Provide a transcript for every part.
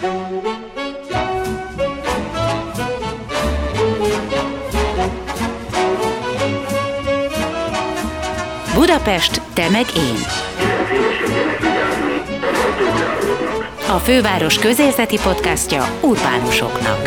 Budapest, te meg én. A főváros közérzeti podcastja urbánusoknak.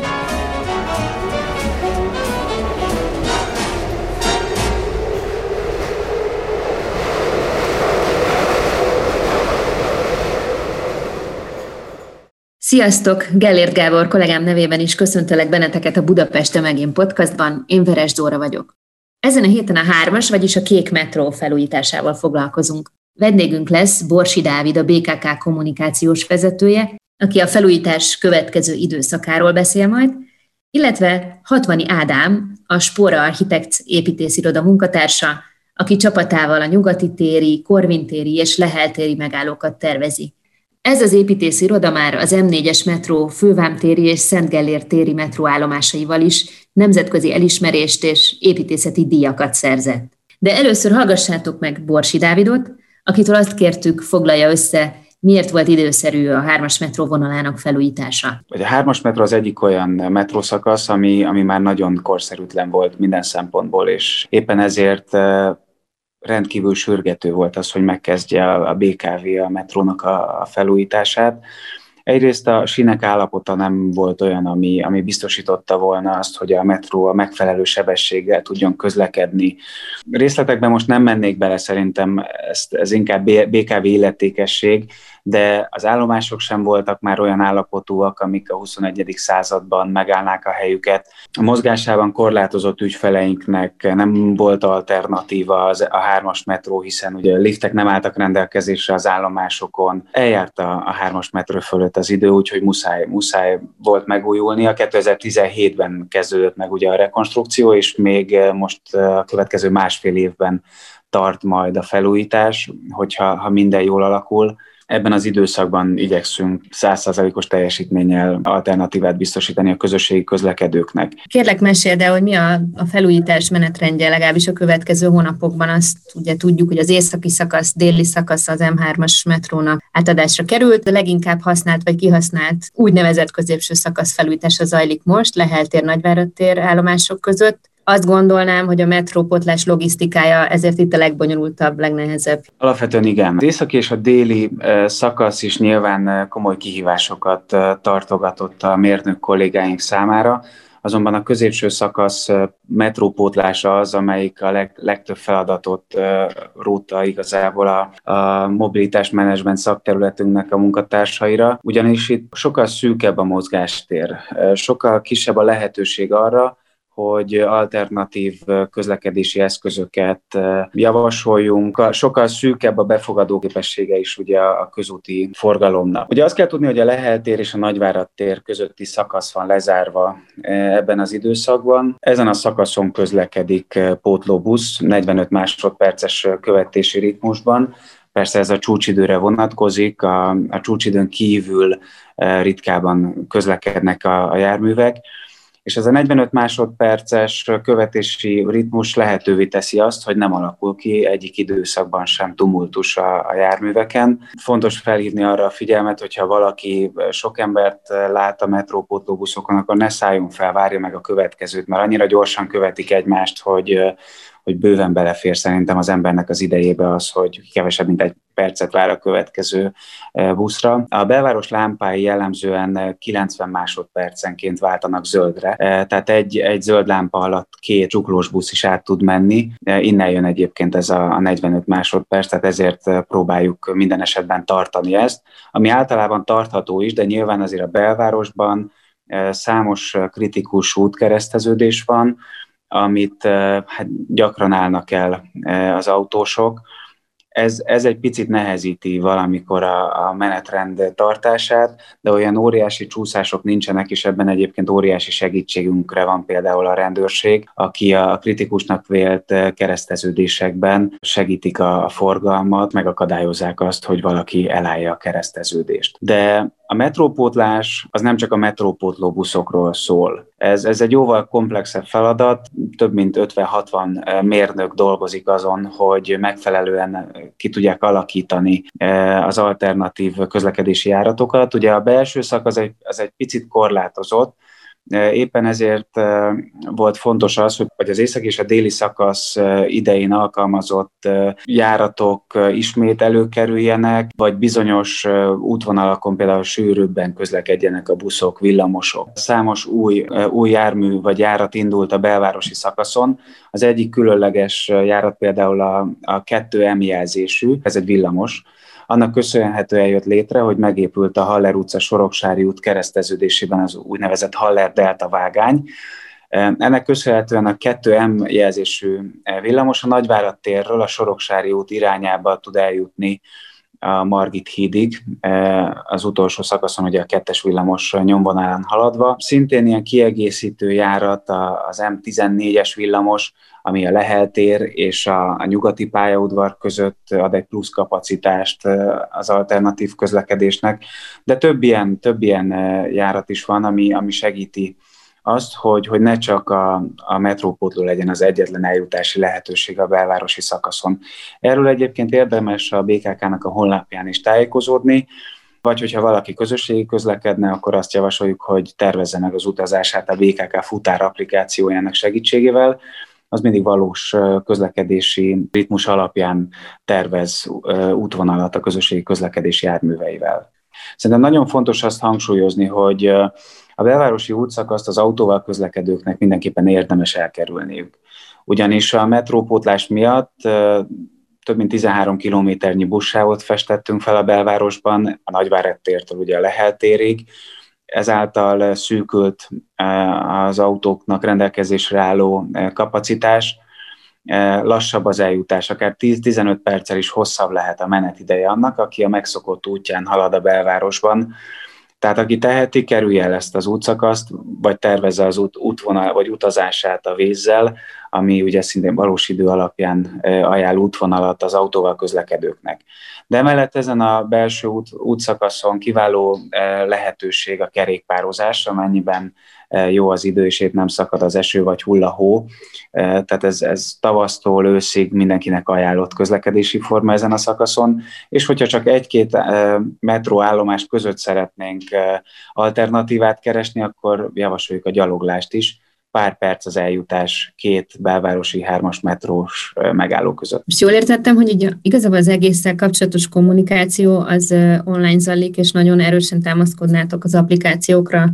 Sziasztok! Gellért Gábor kollégám nevében is köszöntelek benneteket a Budapest, te meg én podcastban. Én Veres Dóra vagyok. Ezen a héten a 3-as, vagyis a Kék metró felújításával foglalkozunk. Vendégünk lesz Borsi Dávid, a BKK kommunikációs vezetője, aki a felújítás következő időszakáról beszél majd, illetve Hatvani Ádám, a Spóra Architects építésziroda munkatársa, aki csapatával a Nyugati téri, Korvin téri és Lehel téri megállókat tervezi. Ez az építésziroda már az M4-es metró Fővám téri és Szent Gellért téri metróállomásaival is nemzetközi elismerést és építészeti díjakat szerzett. De először hallgassátok meg Borsi Dávidot, akitől azt kértük, foglalja össze, miért volt időszerű a 3-as metró vonalának felújítása. A 3-as metró az egyik olyan metrószakasz, ami már nagyon korszerűtlen volt minden szempontból, és éppen ezért rendkívül sürgető volt az, hogy megkezdje a BKV a metrónak a felújítását. Egyrészt a sínek állapota nem volt olyan, ami biztosította volna azt, hogy a metró a megfelelő sebességgel tudjon közlekedni. Részletekben most nem mennék bele, szerintem ez inkább BKV illetékesség, de az állomások sem voltak már olyan állapotúak, amik a 21. században megállnák a helyüket. A mozgásában korlátozott ügyfeleinknek nem volt alternatíva a 3-as metró, hiszen ugye a liftek nem álltak rendelkezésre az állomásokon. Eljárt a 3-as metró fölött az idő, úgyhogy muszáj volt megújulni. A 2017-ben kezdődött meg ugye a rekonstrukció, és még most a következő másfél évben tart majd a felújítás, hogyha minden jól alakul. Ebben az időszakban igyekszünk 100%-os teljesítménnyel alternatívát biztosítani a közösségi közlekedőknek. Kérlek, meséld el, hogy mi a felújítás menetrendje, legalábbis a következő hónapokban. Azt ugye tudjuk, hogy az északi szakasz, déli szakasz az M3-as metrónak átadásra került. A leginkább használt vagy kihasznált úgynevezett középső szakasz felújítása zajlik most, Lehel tér, Nagyvárad tér állomások között. Azt gondolnám, hogy a metrópotlás logisztikája ezért itt a legbonyolultabb, legnehezebb. Alapvetően igen. Az északi és a déli szakasz is nyilván komoly kihívásokat tartogatott a mérnök kollégáink számára, azonban a középső szakasz metrópótlása az, amelyik a legtöbb feladatot rótta igazából a mobilitásmenedzsment szakterületünknek a munkatársaira, ugyanis itt sokkal szűkebb a mozgástér, sokkal kisebb a lehetőség arra, hogy alternatív közlekedési eszközöket javasoljunk. Sokkal szűkebb a befogadó képessége is ugye a közúti forgalomnak. Ugye azt kell tudni, hogy a Lehel tér és a Nagyvárad tér közötti szakasz van lezárva ebben az időszakban. Ezen a szakaszon közlekedik pótlóbusz 45 másodperces követési ritmusban. Persze ez a csúcsidőre vonatkozik, a csúcsidőn kívül ritkában közlekednek a járművek. És ez a 45 másodperces követési ritmus lehetővé teszi azt, hogy nem alakul ki egyik időszakban sem tumultus a járműveken. Fontos felhívni arra a figyelmet, hogyha valaki sok embert lát a metrópótlóbuszokon, akkor ne szálljon fel, várja meg a következőt, mert annyira gyorsan követik egymást, hogy bőven belefér szerintem az embernek az idejébe az, hogy kevesebb, mint egy percet vár a következő buszra. A belváros lámpái jellemzően 90 másodpercenként váltanak zöldre, tehát egy zöld lámpa alatt 2 csuklós busz is át tud menni. Innen jön egyébként ez a 45 másodperc, tehát ezért próbáljuk minden esetben tartani ezt, ami általában tartható is, de nyilván azért a belvárosban számos kritikus útkereszteződés van, amit gyakran állnak el az autósok. Ez egy picit nehezíti valamikor a menetrend tartását, de olyan óriási csúszások nincsenek, és ebben egyébként óriási segítségünkre van például a rendőrség, aki a kritikusnak vélt kereszteződésekben segítik a forgalmat, megakadályozzák azt, hogy valaki elállja a kereszteződést. De A metrópótlás az nem csak a metrópótló buszokról szól. Ez egy jóval komplexebb feladat, több mint 50-60 mérnök dolgozik azon, hogy megfelelően ki tudják alakítani az alternatív közlekedési járatokat. Ugye a belső szak az egy picit korlátozott, éppen ezért volt fontos az, hogy az északi és a déli szakasz idején alkalmazott járatok ismét előkerüljenek, vagy bizonyos útvonalakon például sűrűbben közlekedjenek a buszok, villamosok. Számos új jármű vagy járat indult a belvárosi szakaszon. Az egyik különleges járat például a 2M jelzésű, ez egy villamos. Annak köszönhetően jött létre, hogy megépült a Haller utca Soroksári út kereszteződésében az úgynevezett Haller-Delta vágány. Ennek köszönhetően a 2M jelzésű villamos a Nagyvárad térről a Soroksári út irányába tud eljutni a Margit hídig, az utolsó szakaszon ugye a 2-es villamos nyomvonalán haladva. Szintén ilyen kiegészítő járat az M14-es villamos, ami a Lehel tér és a nyugati pályaudvar között ad egy plusz kapacitást az alternatív közlekedésnek, de több ilyen járat is van, ami segíti azt, hogy ne csak a metrópótló legyen az egyetlen eljutási lehetőség a belvárosi szakaszon. Erről egyébként érdemes a BKK-nak a honlapján is tájékozódni, vagy hogyha valaki közösségi közlekedne, akkor azt javasoljuk, hogy tervezze meg az utazását a BKK futár applikációjának segítségével. Az mindig valós közlekedési ritmus alapján tervez útvonalat a közösségi közlekedési járműveivel. Szerintem nagyon fontos azt hangsúlyozni, hogy a belvárosi útszakaszt az autóval közlekedőknek mindenképpen érdemes elkerülniük. Ugyanis a metrópótlás miatt több mint 13 kilométernyi buszsávot festettünk fel a belvárosban, a Nagyvárad tértől ugye a Lehel térig, ezáltal szűkült az autóknak rendelkezésre álló kapacitás, lassabb az eljutás, akár 10-15 perccel is hosszabb lehet a menetideje annak, aki a megszokott útján halad a belvárosban. Tehát aki teheti, kerülje el ezt az útszakaszt, vagy tervezze az útvonal vagy utazását a vízzel, ami ugye szintén valós idő alapján ajánl útvonalat az autóval közlekedőknek. De emellett ezen a belső útszakaszon kiváló lehetőség a kerékpározás, amennyiben jó az idő, és épp nem szakad az eső vagy hull a hó. Tehát ez tavasztól őszig mindenkinek ajánlott közlekedési forma ezen a szakaszon, és hogyha csak egy-két metróállomás között szeretnénk alternatívát keresni, akkor javasoljuk a gyaloglást is. Pár perc az eljutás 2 belvárosi 3-as metrós megálló között. Most jól értettem, hogy így igazából az egésszel kapcsolatos kommunikáció az online zajlik, és nagyon erősen támaszkodnátok az applikációkra,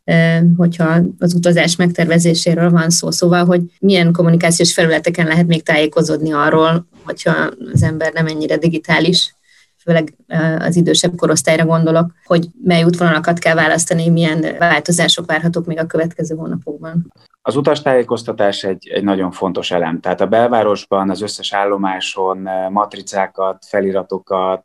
hogyha az utazás megtervezéséről van szó. Szóval, hogy milyen kommunikációs felületeken lehet még tájékozódni arról, hogyha az ember nem ennyire digitális, főleg az idősebb korosztályra gondolok, hogy mely útvonalakat kell választani, milyen változások várhatók még a következő hónapokban. Az utastájékoztatás egy nagyon fontos elem. Tehát a belvárosban az összes állomáson matricákat, feliratokat,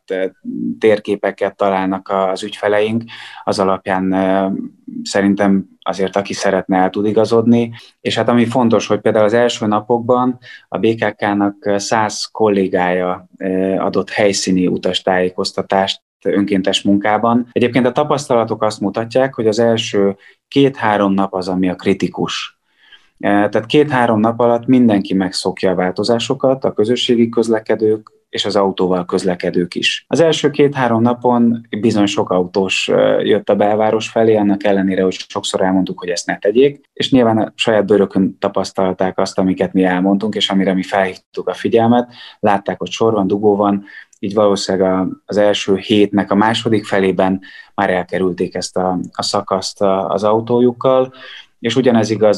térképeket találnak az ügyfeleink. Az alapján szerintem azért, aki szeretne, el tud igazodni. És hát ami fontos, hogy például az első napokban a BKK-nak 100 kollégája adott helyszíni utastájékoztatást önkéntes munkában. Egyébként a tapasztalatok azt mutatják, hogy az első 2-3 nap az, ami a kritikus. Tehát 2-3 nap alatt mindenki megszokja a változásokat, a közösségi közlekedők és az autóval közlekedők is. Az első 2-3 napon bizony sok autós jött a belváros felé, annak ellenére, hogy sokszor elmondtuk, hogy ezt ne tegyék, és nyilván a saját bőrökön tapasztalták azt, amiket mi elmondtunk, és amire mi felhívtuk a figyelmet, látták, hogy sor van, dugó van, így valószínűleg az első hétnek a második felében már elkerülték ezt a szakaszt az autójukkal, és ugyanez igaz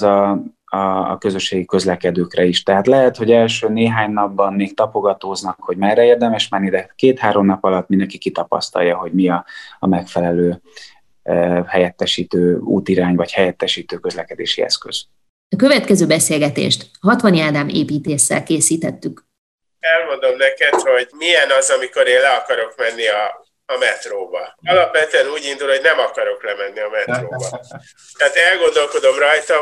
a közösségi közlekedőkre is. Tehát lehet, hogy első néhány napban még tapogatóznak, hogy merre érdemes menni, de 2-3 nap alatt mindenki kitapasztalja, hogy mi a megfelelő helyettesítő útirány, vagy helyettesítő közlekedési eszköz. A következő beszélgetést Hatvani Ádám építéssel készítettük. Elmondom neked, hogy milyen az, amikor én le akarok menni a metróba. Alapvetően úgy indul, hogy nem akarok lemenni a metróba. Tehát elgondolkodom rajta,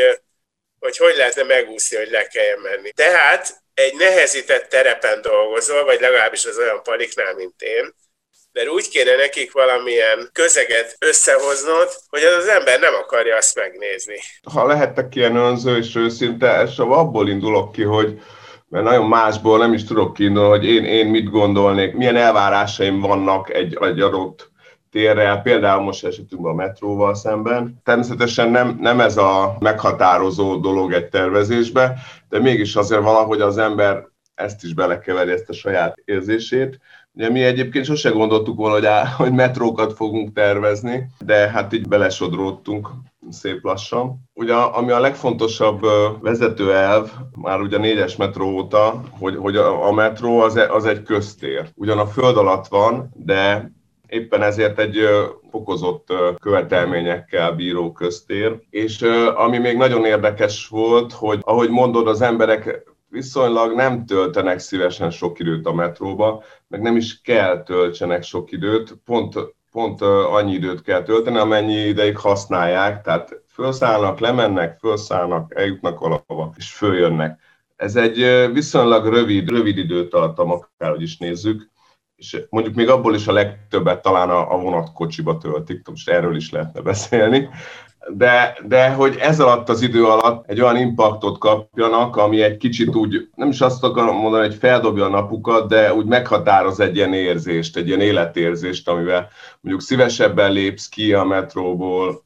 hogy lehetne megúszni, hogy le kelljen menni. Tehát egy nehezített terepen dolgozol, vagy legalábbis az olyan paliknál, mint én, mert úgy kéne nekik valamilyen közeget összehoznod, hogy az ember nem akarja azt megnézni. Ha lehettek ilyen önző és őszinte, és abból indulok ki, hogy mert nagyon másból nem is tudok kiindulni, hogy én mit gondolnék, milyen elvárásaim vannak egy adott térrel, például most esetünkben a metróval szemben. Természetesen nem ez a meghatározó dolog egy tervezésbe, de mégis azért valahogy az ember ezt is belekeveri, ezt a saját érzését. Ugye mi egyébként sose gondoltuk volna, hogy metrókat fogunk tervezni, de hát így belesodródtunk szép lassan. Ugye ami a legfontosabb vezetőelv, már ugye a 4-es metró óta, hogy a metró az egy köztér. Ugyan a föld alatt van, de éppen ezért egy fokozott követelményekkel bíró köztér. És ami még nagyon érdekes volt, hogy ahogy mondod, az emberek viszonylag nem töltenek szívesen sok időt a metróba, meg nem is kell töltsenek sok időt, pont annyi időt kell tölteni, amennyi ideig használják, tehát felszállnak, lemennek, felszállnak, eljutnak valahova, és följönnek. Ez egy viszonylag rövid időtartam, akárhogy is nézzük, és mondjuk még abból is a legtöbbet talán a vonatkocsiba töltik, most erről is lehetne beszélni, de hogy ez alatt az idő alatt egy olyan impaktot kapjanak, ami egy kicsit úgy, nem is azt akarom mondani, hogy feldobja a napukat, de úgy meghatároz egy ilyen érzést, egy ilyen életérzést, amivel mondjuk szívesebben lépsz ki a metróból,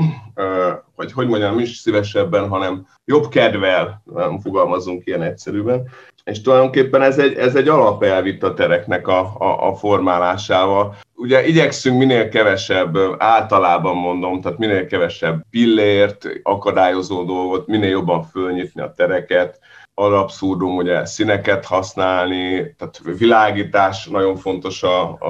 vagy hogy mondjam, nem is szívesebben, hanem jobb kedvel, nem fogalmazunk ilyen egyszerűen. És tulajdonképpen ez egy alapelv itt a tereknek a formálásával. Ugye igyekszünk minél kevesebb, általában mondom, tehát minél kevesebb pillért, akadályozó dolgot, minél jobban fölnyitni a tereket, ad abszurdum, ugye színeket használni, tehát világítás nagyon fontos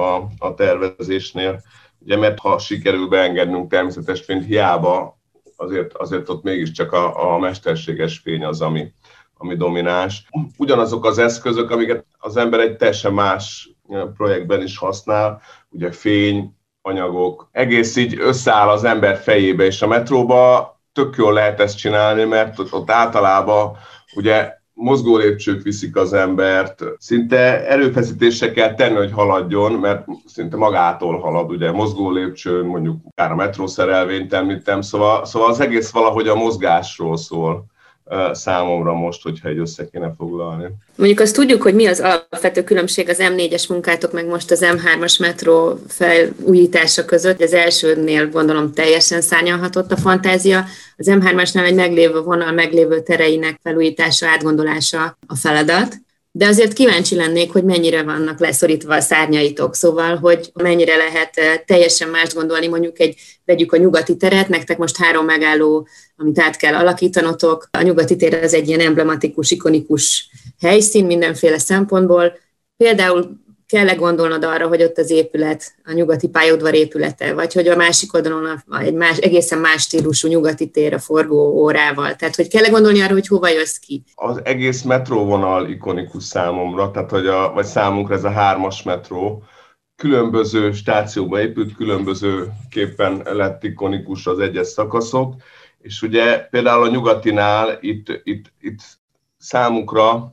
a tervezésnél, ugye, mert ha sikerül beengednünk természetes fényt, hiába, azért ott mégiscsak a mesterséges fény az, ami domináns. Ugyanazok az eszközök, amiket az ember egy teljesen más projektben is használ, ugye fény, anyagok, egész így összeáll az ember fejébe, és a metróba tök jól lehet ezt csinálni, mert ott általában ugye mozgó lépcsők viszik az embert, szinte erőfeszítésre kell tenni, hogy haladjon, mert szinte magától halad, ugye mozgó lépcsőn, mondjuk akár a metrószerelvényt említem, szóval az egész valahogy a mozgásról szól számomra most, hogyha egy össze kéne foglalni. Mondjuk azt tudjuk, hogy mi az alapvető különbség az M4-es munkátok, meg most az M3-as metró felújítása között. Az elsőnél gondolom teljesen szárnyalhatott a fantázia, az M3-asnál egy meglévő vonal, meglévő tereinek felújítása, átgondolása a feladat. De azért kíváncsi lennék, hogy mennyire vannak leszorítva a szárnyaitok, szóval, hogy mennyire lehet teljesen mást gondolni, mondjuk vegyük a nyugati teret, nektek most 3 megálló, amit át kell alakítanotok. A nyugati tér az egy ilyen emblematikus, ikonikus helyszín mindenféle szempontból. Például kell-e gondolnod arra, hogy ott az épület, a nyugati pályaudvar épülete, vagy hogy a másik oldalon egészen más stílusú nyugati tér a forgó órával. Tehát, hogy kell-e gondolni arra, hogy hova jössz ki? Az egész metróvonal ikonikus számomra, tehát vagy számunkra ez a 3-as metró, különböző stációba épült, különbözőképpen lett ikonikus az egyes szakaszok, és ugye például a nyugatinál itt számunkra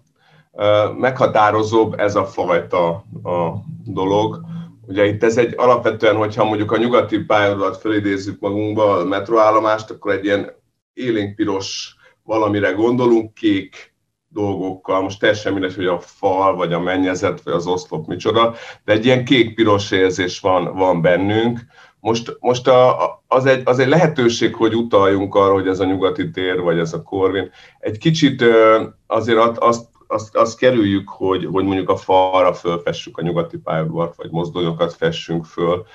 meghatározóbb ez a fajta a dolog. Ugye itt ez egy alapvetően, hogyha mondjuk a nyugati pályaudvarat felidézzük magunkba, a metróállomást, akkor egy ilyen élénkpiros valamire gondolunk, kék dolgokkal, most teljesen mindegy, hogy a fal, vagy a mennyezet, vagy az oszlop micsoda, de egy ilyen kék-piros érzés van bennünk. Most az egy lehetőség, hogy utaljunk arra, hogy ez a nyugati tér, vagy ez a Corvin. Egy kicsit azért azt kerüljük, hogy mondjuk a falra fölfessük a nyugati pályaudvart, vagy mozdonyokat fessünk föl,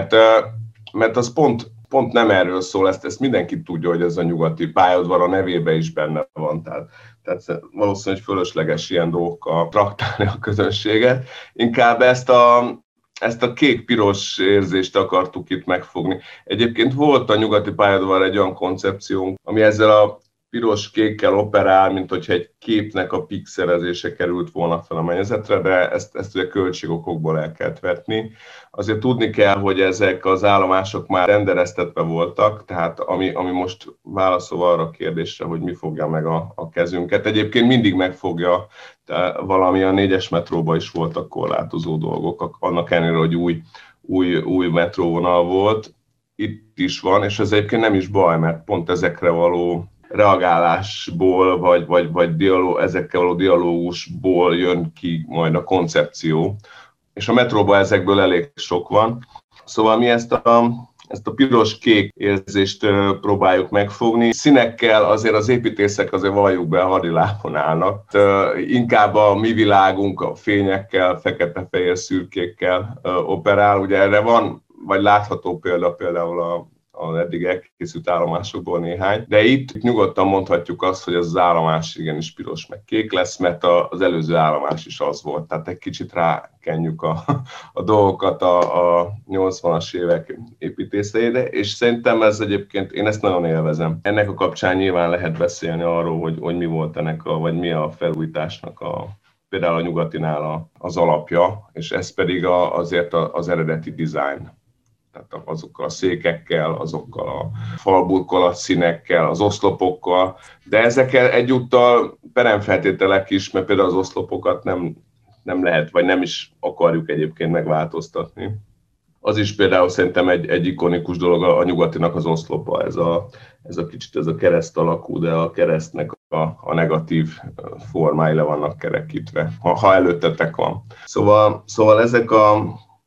mert az pont nem erről szól, ezt mindenki tudja, hogy ez a nyugati pályaudvar a nevében is benne van, tehát valószínűleg fölösleges ilyen dolgokkal traktálni a közönséget. Inkább ezt a kék-piros érzést akartuk itt megfogni. Egyébként volt a nyugati pályaudvar egy olyan koncepciónk, ami ezzel a piros-kékkel operál, mint hogyha egy képnek a pixelezése került volna fel a mennyezetre, de ezt ugye költségokokból el kellett vetni. Azért tudni kell, hogy ezek az állomások már rendereztetve voltak, tehát ami most válaszol arra a kérdésre, hogy mi fogja meg a kezünket. Egyébként mindig megfogja, valami a 4-es metróban is voltak korlátozó dolgok, annak ellenére, hogy új metróvonal volt. Itt is van, és ez egyébként nem is baj, mert pont ezekre való reagálásból, vagy ezekkel való dialógusból jön ki majd a koncepció. És a metróban ezekből elég sok van. Szóval mi ezt a piros-kék érzést próbáljuk megfogni. Színekkel azért az építészek azért valljuk be hadilábon állnak. Inkább a mi világunk a fényekkel, fekete-fehér szürkékkel operál. Ugye erre van, vagy látható például az eddig elkészült állomásokból néhány, de itt nyugodtan mondhatjuk azt, hogy az állomás igenis piros meg kék lesz, mert az előző állomás is az volt. Tehát egy kicsit rákenjük a dolgokat a 80-as évek építészeire, és szerintem ez egyébként, én ezt nagyon élvezem. Ennek a kapcsán nyilván lehet beszélni arról, hogy mi volt ennek, vagy mi a felújításnak például a nyugatinál az alapja, és ez pedig azért az eredeti design. Tehát azokkal a székekkel, azokkal a falburkolat színekkel, az oszlopokkal, de ezekkel egyúttal peremfeltételek is, mert például az oszlopokat nem lehet, vagy nem is akarjuk egyébként megváltoztatni. Az is például szerintem egy ikonikus dolog a nyugatinak az oszlopa, ez a kicsit ez a kereszt alakú, de a keresztnek a negatív formái le vannak kerekítve, ha előttetek van. Szóval ezek a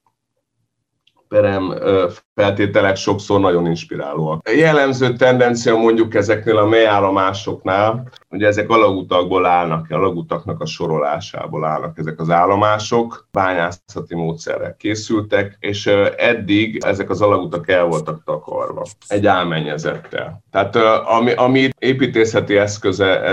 perem feltételek sokszor nagyon inspirálóak. A jellemző tendencia mondjuk ezeknél a mélyállomásoknál, ugye ezek alagutakból állnak, alagutaknak a sorolásából állnak ezek az állomások, bányászati módszerrel készültek, és eddig ezek az alagutak el voltak takarva, egy álmennyezettel. Tehát ami építészeti eszköze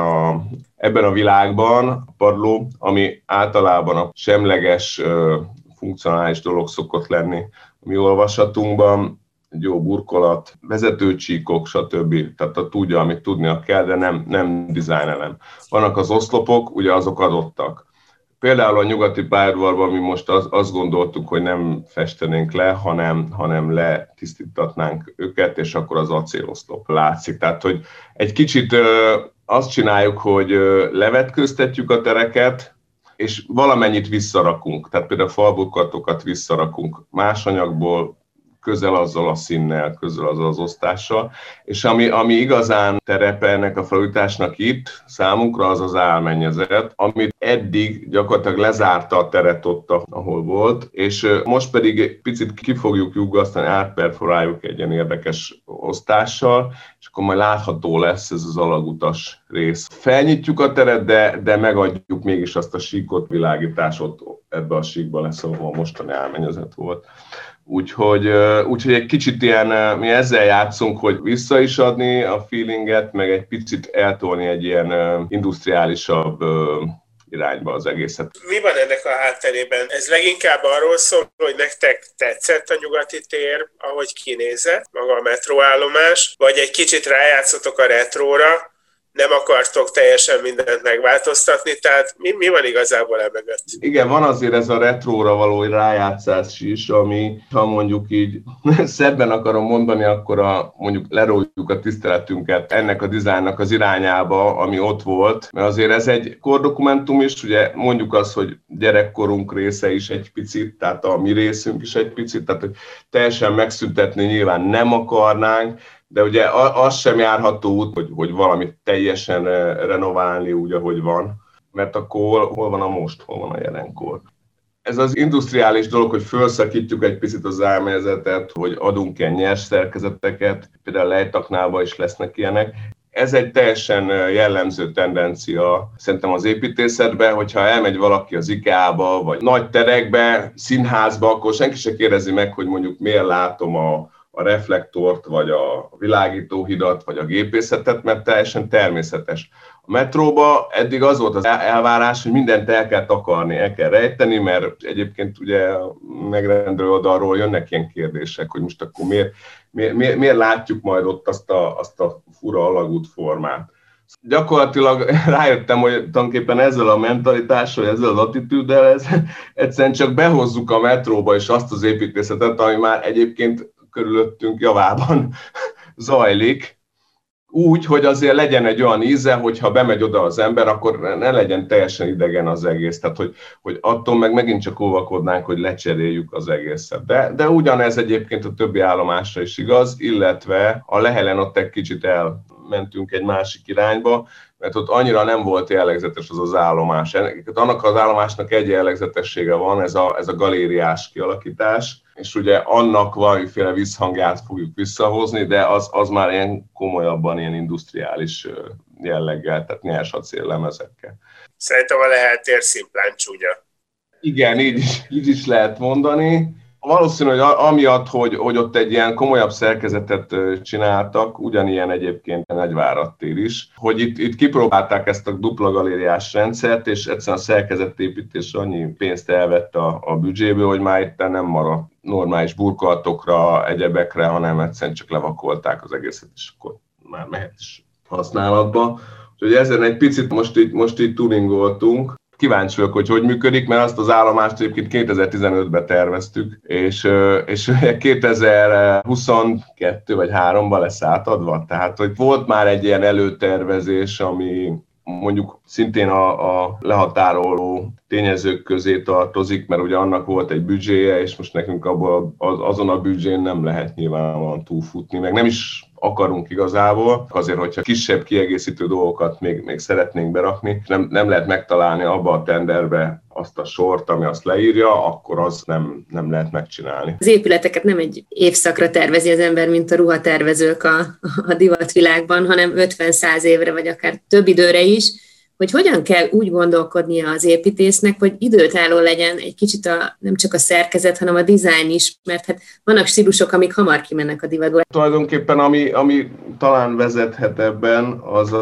ebben a világban, a padló, ami általában a semleges funkcionális dolog szokott lenni a mi olvasatunkban, egy jó burkolat, vezetőcsíkok, stb. Tehát tudja, amit tudnia kell, de nem dizájnelem. Vannak az oszlopok, ugye azok adottak. Például a nyugati pályaudvarban mi most azt gondoltuk, hogy nem festenénk le, hanem letisztítatnánk őket, és akkor az acéloszlop látszik. Tehát, hogy egy kicsit azt csináljuk, hogy levetkőztetjük a tereket, és valamennyit visszarakunk, tehát például falburkolatokat visszarakunk más anyagból, közel azzal a színnel, közel azzal az osztással, és ami igazán terepe ennek a felújításnak itt számunkra az az álmennyezet, amit eddig gyakorlatilag lezárta a teret ott, ahol volt, és most pedig egy picit ki fogjuk lyuggasztani, átperforáljuk egy ilyen érdekes osztással, és akkor majd látható lesz ez az alagutas rész. Felnyitjuk a teret, de megadjuk mégis azt a síkot, világítás ott ebbe a síkba lesz, ahol a mostani álmennyezet volt. Úgyhogy egy kicsit ilyen, mi ezzel játszunk, hogy vissza is adni a feelinget, meg egy picit eltolni egy ilyen industriálisabb irányba az egészet. Mi van ennek a hátterében? Ez leginkább arról szól, hogy nektek tetszett a nyugati tér, ahogy kinézett, maga a metróállomás, vagy egy kicsit rájátszotok a retróra, nem akartok teljesen mindent megváltoztatni, tehát mi van igazából emögött? Igen, van azért ez a retróra való rájátszás is, ami, ha mondjuk így szebben akarom mondani, akkor mondjuk leróljuk a tiszteletünket ennek a dizájnnak az irányába, ami ott volt, mert azért ez egy kordokumentum is, ugye mondjuk azt, hogy gyerekkorunk része is egy picit, tehát a mi részünk is egy picit, tehát hogy teljesen megszüntetni nyilván nem akarnánk, de ugye az sem járható út, hogy valamit teljesen renoválni úgy, ahogy van, mert akkor hol van a most, hol van a jelenkor. Ez az industriális dolog, hogy felszakítjuk egy picit az álmenyezetet, hogy adunk ilyen nyers szerkezeteket, például lejtaknálban is lesznek ilyenek. Ez egy teljesen jellemző tendencia szerintem az építészetben, hogyha elmegy valaki az IKEA-ba, vagy nagy terekbe, színházba, akkor senki se kérdezi meg, hogy mondjuk miért látom a reflektort, vagy a világítóhidat, vagy a gépészetet, mert teljesen természetes. A metróba eddig az volt az elvárás, hogy mindent el kell takarni, el kell rejteni, mert egyébként ugye megrendelő oldalról jönnek ilyen kérdések, hogy most akkor miért látjuk majd ott azt a fura alagút formát. Gyakorlatilag rájöttem, hogy tulajdonképpen ezzel a mentalitással, ezzel az attitűddel egyszerűen csak behozzuk a metróba és azt az építészetet, ami már egyébként körülöttünk javában zajlik, úgy, hogy azért legyen egy olyan íze, hogyha bemegy oda az ember, akkor ne legyen teljesen idegen az egész. Tehát, hogy attól meg megint csak óvakodnánk, hogy lecseréljük az egészet. De ugyanez egyébként a többi állomásra is igaz, illetve a Lehelen ott egy kicsit elmentünk egy másik irányba, mert ott annyira nem volt jellegzetes az állomás. Annak az állomásnak egy jellegzetessége van, ez a galériás kialakítás, és ugye annak valamiféle visszhangját fogjuk visszahozni, de az már ilyen komolyabban ilyen industriális jelleggel, tehát nyers acéllemezekkel. Szerintem a Lehel tér szimplán csúnya. Igen, így is lehet mondani. Valószínű, hogy amiatt, hogy ott egy ilyen komolyabb szerkezetet csináltak, ugyanilyen egyébként a Nagyvárad tér is, hogy itt kipróbálták ezt a dupla galériás rendszert, és egyszerűen a szerkezetépítés annyi pénzt elvett a büdzséből, hogy már itt nem maradt normális burkolatokra, egyebekre, hanem egyszerűen csak levakolták az egészet, és akkor már mehet is használatba. Úgyhogy ezen egy picit most így tuningoltunk. Kíváncsi vagyok, hogy működik, mert azt az állomást egyébként 2015-ben terveztük, és 2022 vagy 3-ban lesz átadva. Tehát, hogy volt már egy ilyen előtervezés, ami mondjuk szintén a lehatároló tényezők közé tartozik, mert ugye annak volt egy büdzséje, és most nekünk abból azon a büdzsén nem lehet nyilvánvalóan túlfutni, meg nem is akarunk igazából, azért, hogyha kisebb kiegészítő dolgokat még szeretnénk berakni, nem lehet megtalálni abba a tenderbe azt a sort, ami azt leírja, akkor az nem lehet megcsinálni. Az épületeket nem egy évszakra tervezi az ember, mint a ruhatervezők a divatvilágban, hanem 50-100 évre, vagy akár több időre is, hogy hogyan kell úgy gondolkodnia az építésznek, hogy időtálló legyen egy kicsit nem csak a szerkezet, hanem a dizájn is, mert hát vannak stílusok, amik hamar kimennek a divatból. Tulajdonképpen ami talán vezethet ebben,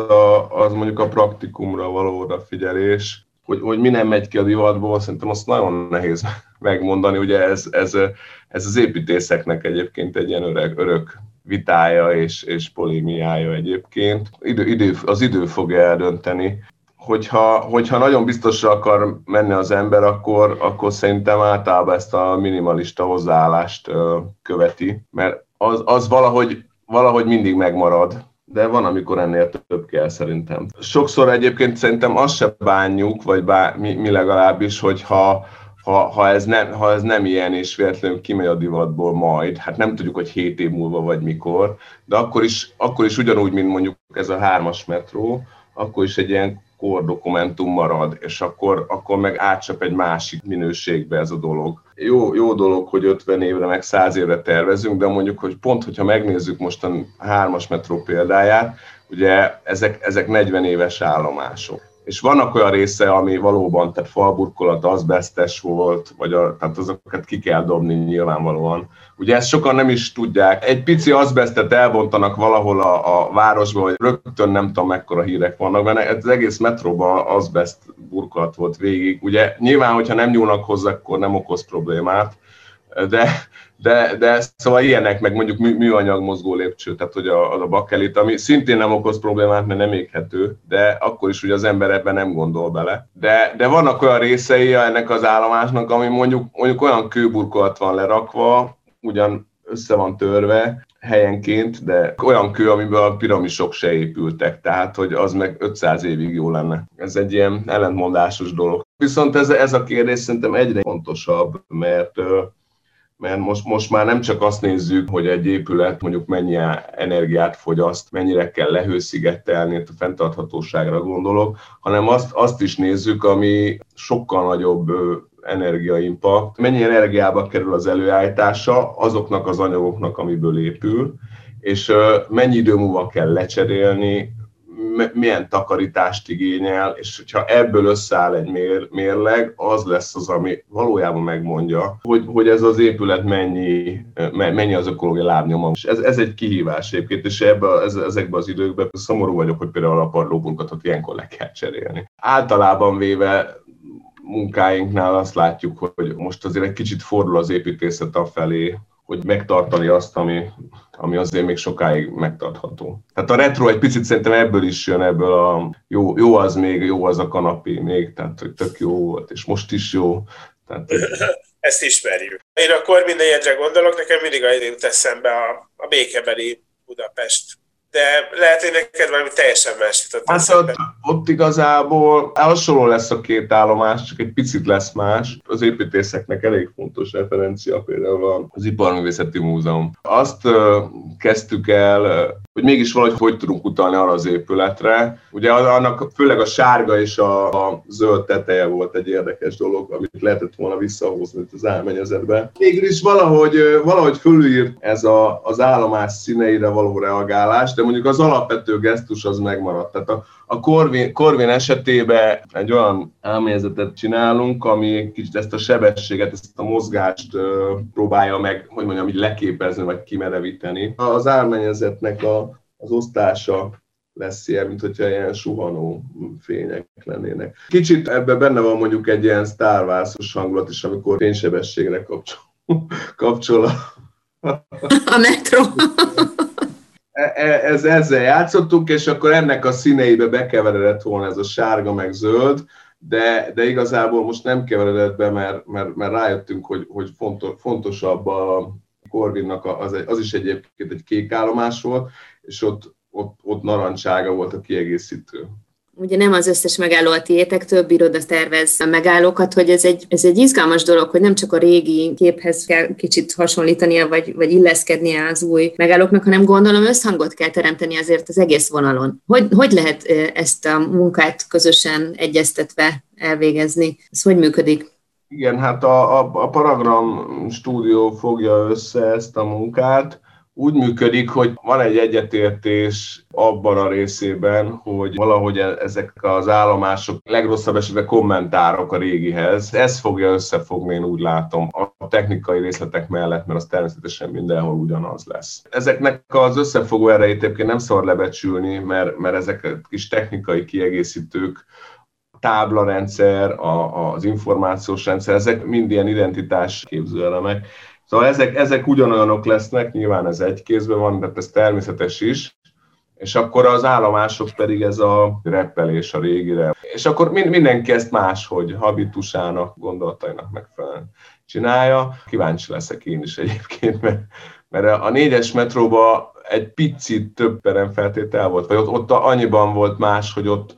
az mondjuk a praktikumra való odafigyelés, hogy mi nem megy ki a divatból, szerintem azt nagyon nehéz megmondani. Ugye ez az építészeknek egyébként egy ilyen örök vitája és polémiája egyébként. Az idő fogja eldönteni. Hogyha nagyon biztosra akar menni az ember, akkor szerintem általában ezt a minimalista hozzáállást követi, mert az valahogy mindig megmarad, de van, amikor ennél több kell szerintem. Sokszor egyébként szerintem azt se bánjuk, vagy mi legalábbis, hogy ha ez nem ilyen, és véletlenül kimegy a divatból majd, hát nem tudjuk, hogy 7 év múlva vagy mikor, de akkor is ugyanúgy, mint mondjuk ez a 3-as metró, akkor is egy ilyen kordokumentum marad, és akkor meg átcsap egy másik minőségbe ez a dolog. Jó dolog, hogy 50 évre, meg 100 évre tervezünk, de mondjuk, hogy pont, hogyha megnézzük most a 3-as metró példáját, ugye ezek 40 éves állomások. És vannak olyan része, ami valóban, tehát falburkolat, azbesztes volt, tehát azokat ki kell dobni nyilvánvalóan. Ugye ezt sokan nem is tudják. Egy pici azbesztet elbontanak valahol a városban, hogy rögtön nem tudom mekkora hírek vannak benne. Az egész metróban azbeszt burkolat volt végig. Ugye nyilván, hogyha nem nyúlnak hozzá, akkor nem okoz problémát, de szóval ilyenek, meg mondjuk műanyag mozgó lépcső, tehát hogy a bakelit, ami szintén nem okoz problémát, mert nem éghető, de akkor is ugye az ember ebben nem gondol bele. De vannak olyan részei ennek az állomásnak, ami mondjuk olyan kőburkolat van lerakva, ugyan össze van törve helyenként, de olyan kő, amiből a piramisok se épültek, tehát hogy az meg 500 évig jó lenne. Ez egy ilyen ellentmondásos dolog. Viszont ez a kérdés szerintem egyre fontosabb, mert most már nem csak azt nézzük, hogy egy épület mondjuk mennyi energiát fogyaszt, mennyire kell lehőszigetelni, a fenntarthatóságra gondolok, hanem azt is nézzük, ami sokkal nagyobb energiaimpact, mennyi energiába kerül az előállítása azoknak az anyagoknak, amiből épül, és mennyi idő múlva kell lecserélni, milyen takarítást igényel, és hogyha ebből összeáll egy mérleg, az lesz az, ami valójában megmondja, hogy ez az épület mennyi az ökológiai lábnyoma. És ez egy kihívás egyébként, és ezekben az időkben szomorú vagyok, hogy például a padlóburkolatot ilyenkor le kell cserélni. Általában véve munkáinknál azt látjuk, hogy most azért egy kicsit fordul az építészet afelé, hogy megtartani azt, ami azért még sokáig megtartható. Tehát a retro egy picit szerintem ebből is jön, ebből a jó az a kanapé még, tehát hogy tök jó volt, és most is jó. Tehát, ezt ismerjük. Én a kormínegyedre gondolok, nekem mindig jut eszembe a békebeli Budapest de lehet, hogy neked valami teljesen más jutott eszembe. Ott igazából hasonló lesz a két állomás, csak egy picit lesz más. Az építészeknek elég fontos referencia például az Iparművészeti Múzeum. Azt kezdtük el, hogy mégis valahogy tudunk utalni arra az épületre. Ugye annak főleg a sárga és a zöld teteje volt egy érdekes dolog, amit lehetett volna visszahozni az álmennyezetbe. Mégis valahogy fölírt ez az állomás színeire való reagálás, de mondjuk az alapvető gesztus az megmaradt. Tehát a Corvin esetében egy olyan álmennyezetet csinálunk, ami kicsit ezt a sebességet, ezt a mozgást próbálja meg, hogy mondjam, így leképezni, vagy kimerevíteni. Az álmennyezetnek az osztása lesz ilyen, mint hogyha ilyen suhanó fények lennének. Kicsit ebben benne van mondjuk egy ilyen Star Wars-os hangulat is, amikor fénysebességre kapcsol a metró. Ezzel játszottunk, és akkor ennek a színeibe bekeveredett volna ez a sárga meg zöld, de igazából most nem keveredett be, mert rájöttünk, hogy fontosabb a Corvinnak, az is egyébként egy kék állomás volt, és ott narancsága volt a kiegészítő. Ugye nem az összes megálló a tiétek, több iroda tervez a megállókat, hogy ez egy izgalmas dolog, hogy nem csak a régi képhez kell kicsit hasonlítania, vagy illeszkednie az új megállóknak, hanem gondolom összhangot kell teremteni azért az egész vonalon. Hogy lehet ezt a munkát közösen egyeztetve elvégezni? Ez hogy működik? Igen, hát a Paragram stúdió fogja össze ezt a munkát. Úgy működik, hogy van egy egyetértés abban a részében, hogy valahogy ezek az állomások legrosszabb esetben kommentárok a régihez. Ez fogja összefogni, én úgy látom, a technikai részletek mellett, mert az természetesen mindenhol ugyanaz lesz. Ezeknek az összefogó erejét egyébként nem szabad lebecsülni, mert ezek kis technikai kiegészítők, táblarendszer, az információs rendszer, ezek mind ilyen identitásképző elemek. Szóval ezek ugyanolyanok lesznek, nyilván ez egy kézben van, de ez természetes is, és akkor az állomások pedig ez a reppelés a régire. És akkor mindenki ezt máshogy, habitusának, gondolatainak megfelelően csinálja. Kíváncsi leszek én is egyébként, mert a 4-es metróban egy picit több peremfeltétel volt, vagy ott annyiban volt más, hogy ott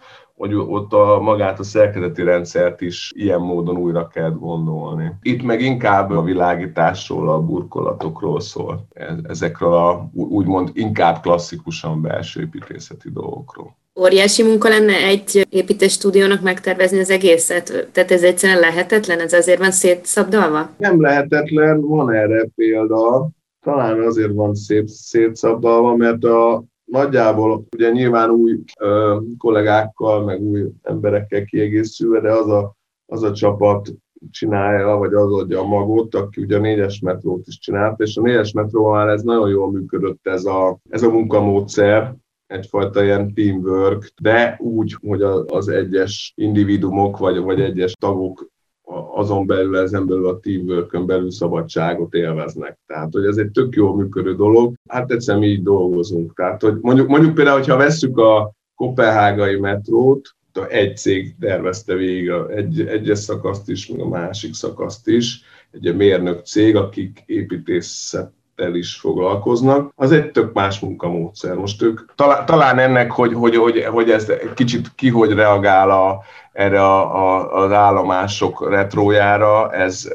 magát a szerkezeti rendszert is ilyen módon újra kell gondolni. Itt meg inkább a világításról, a burkolatokról szól, ezekről a úgymond inkább klasszikusan belső építészeti dolgokról. Óriási munka lenne egy építésstúdiónak megtervezni az egészet? Tehát ez egyszerűen lehetetlen? Ez azért van szétszabdalva? Nem lehetetlen, van erre példa. Talán azért van szétszabdalva, mert nagyjából ugye nyilván új kollégákkal, meg új emberekkel kiegészülve, de az a csapat csinálja, vagy az adja a magot, aki ugye a 4-es metrót is csinálta, és a 4-es metróval ez nagyon jól működött ez a munkamódszer, egyfajta ilyen teamwork, de úgy, hogy az egyes individumok, vagy egyes tagok azon belül, ezen belül a teamworkön belül szabadságot élveznek. Tehát, hogy ez egy tök jól működő dolog. Hát egyszerűen mi így dolgozunk. Tehát, hogy mondjuk például, hogyha vesszük a koppenhágai metrót, egy cég tervezte végig egyes szakaszt is, meg a másik szakaszt is, egy mérnök cég, akik építészettel is foglalkoznak. Az egy tök más munkamódszer. Most ők talán ennek, hogy ez kicsit hogy reagál erre az állomások retrójára,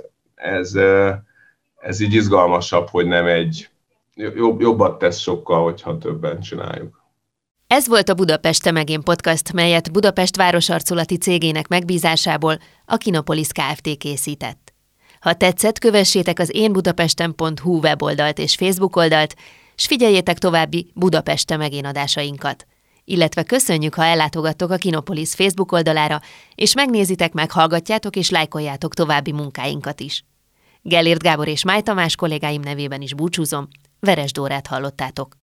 ez így izgalmasabb, hogy nem jobbat tesz sokkal, hogyha többen csináljuk. Ez volt a Budapest Te Megén podcast, melyet Budapest városarculati cégének megbízásából a Kinopolis Kft. Készített. Ha tetszett, kövessétek az énbudapesten.hu weboldalt és Facebook oldalt, s figyeljétek további Budapest Te Megén adásainkat. Illetve köszönjük, ha ellátogattok a Kinopolis Facebook oldalára, és megnézitek, meghallgatjátok és lájkoljátok további munkáinkat is. Gellért Gábor és Máj Tamás kollégáim nevében is búcsúzom, Veresd Dórát hallottátok.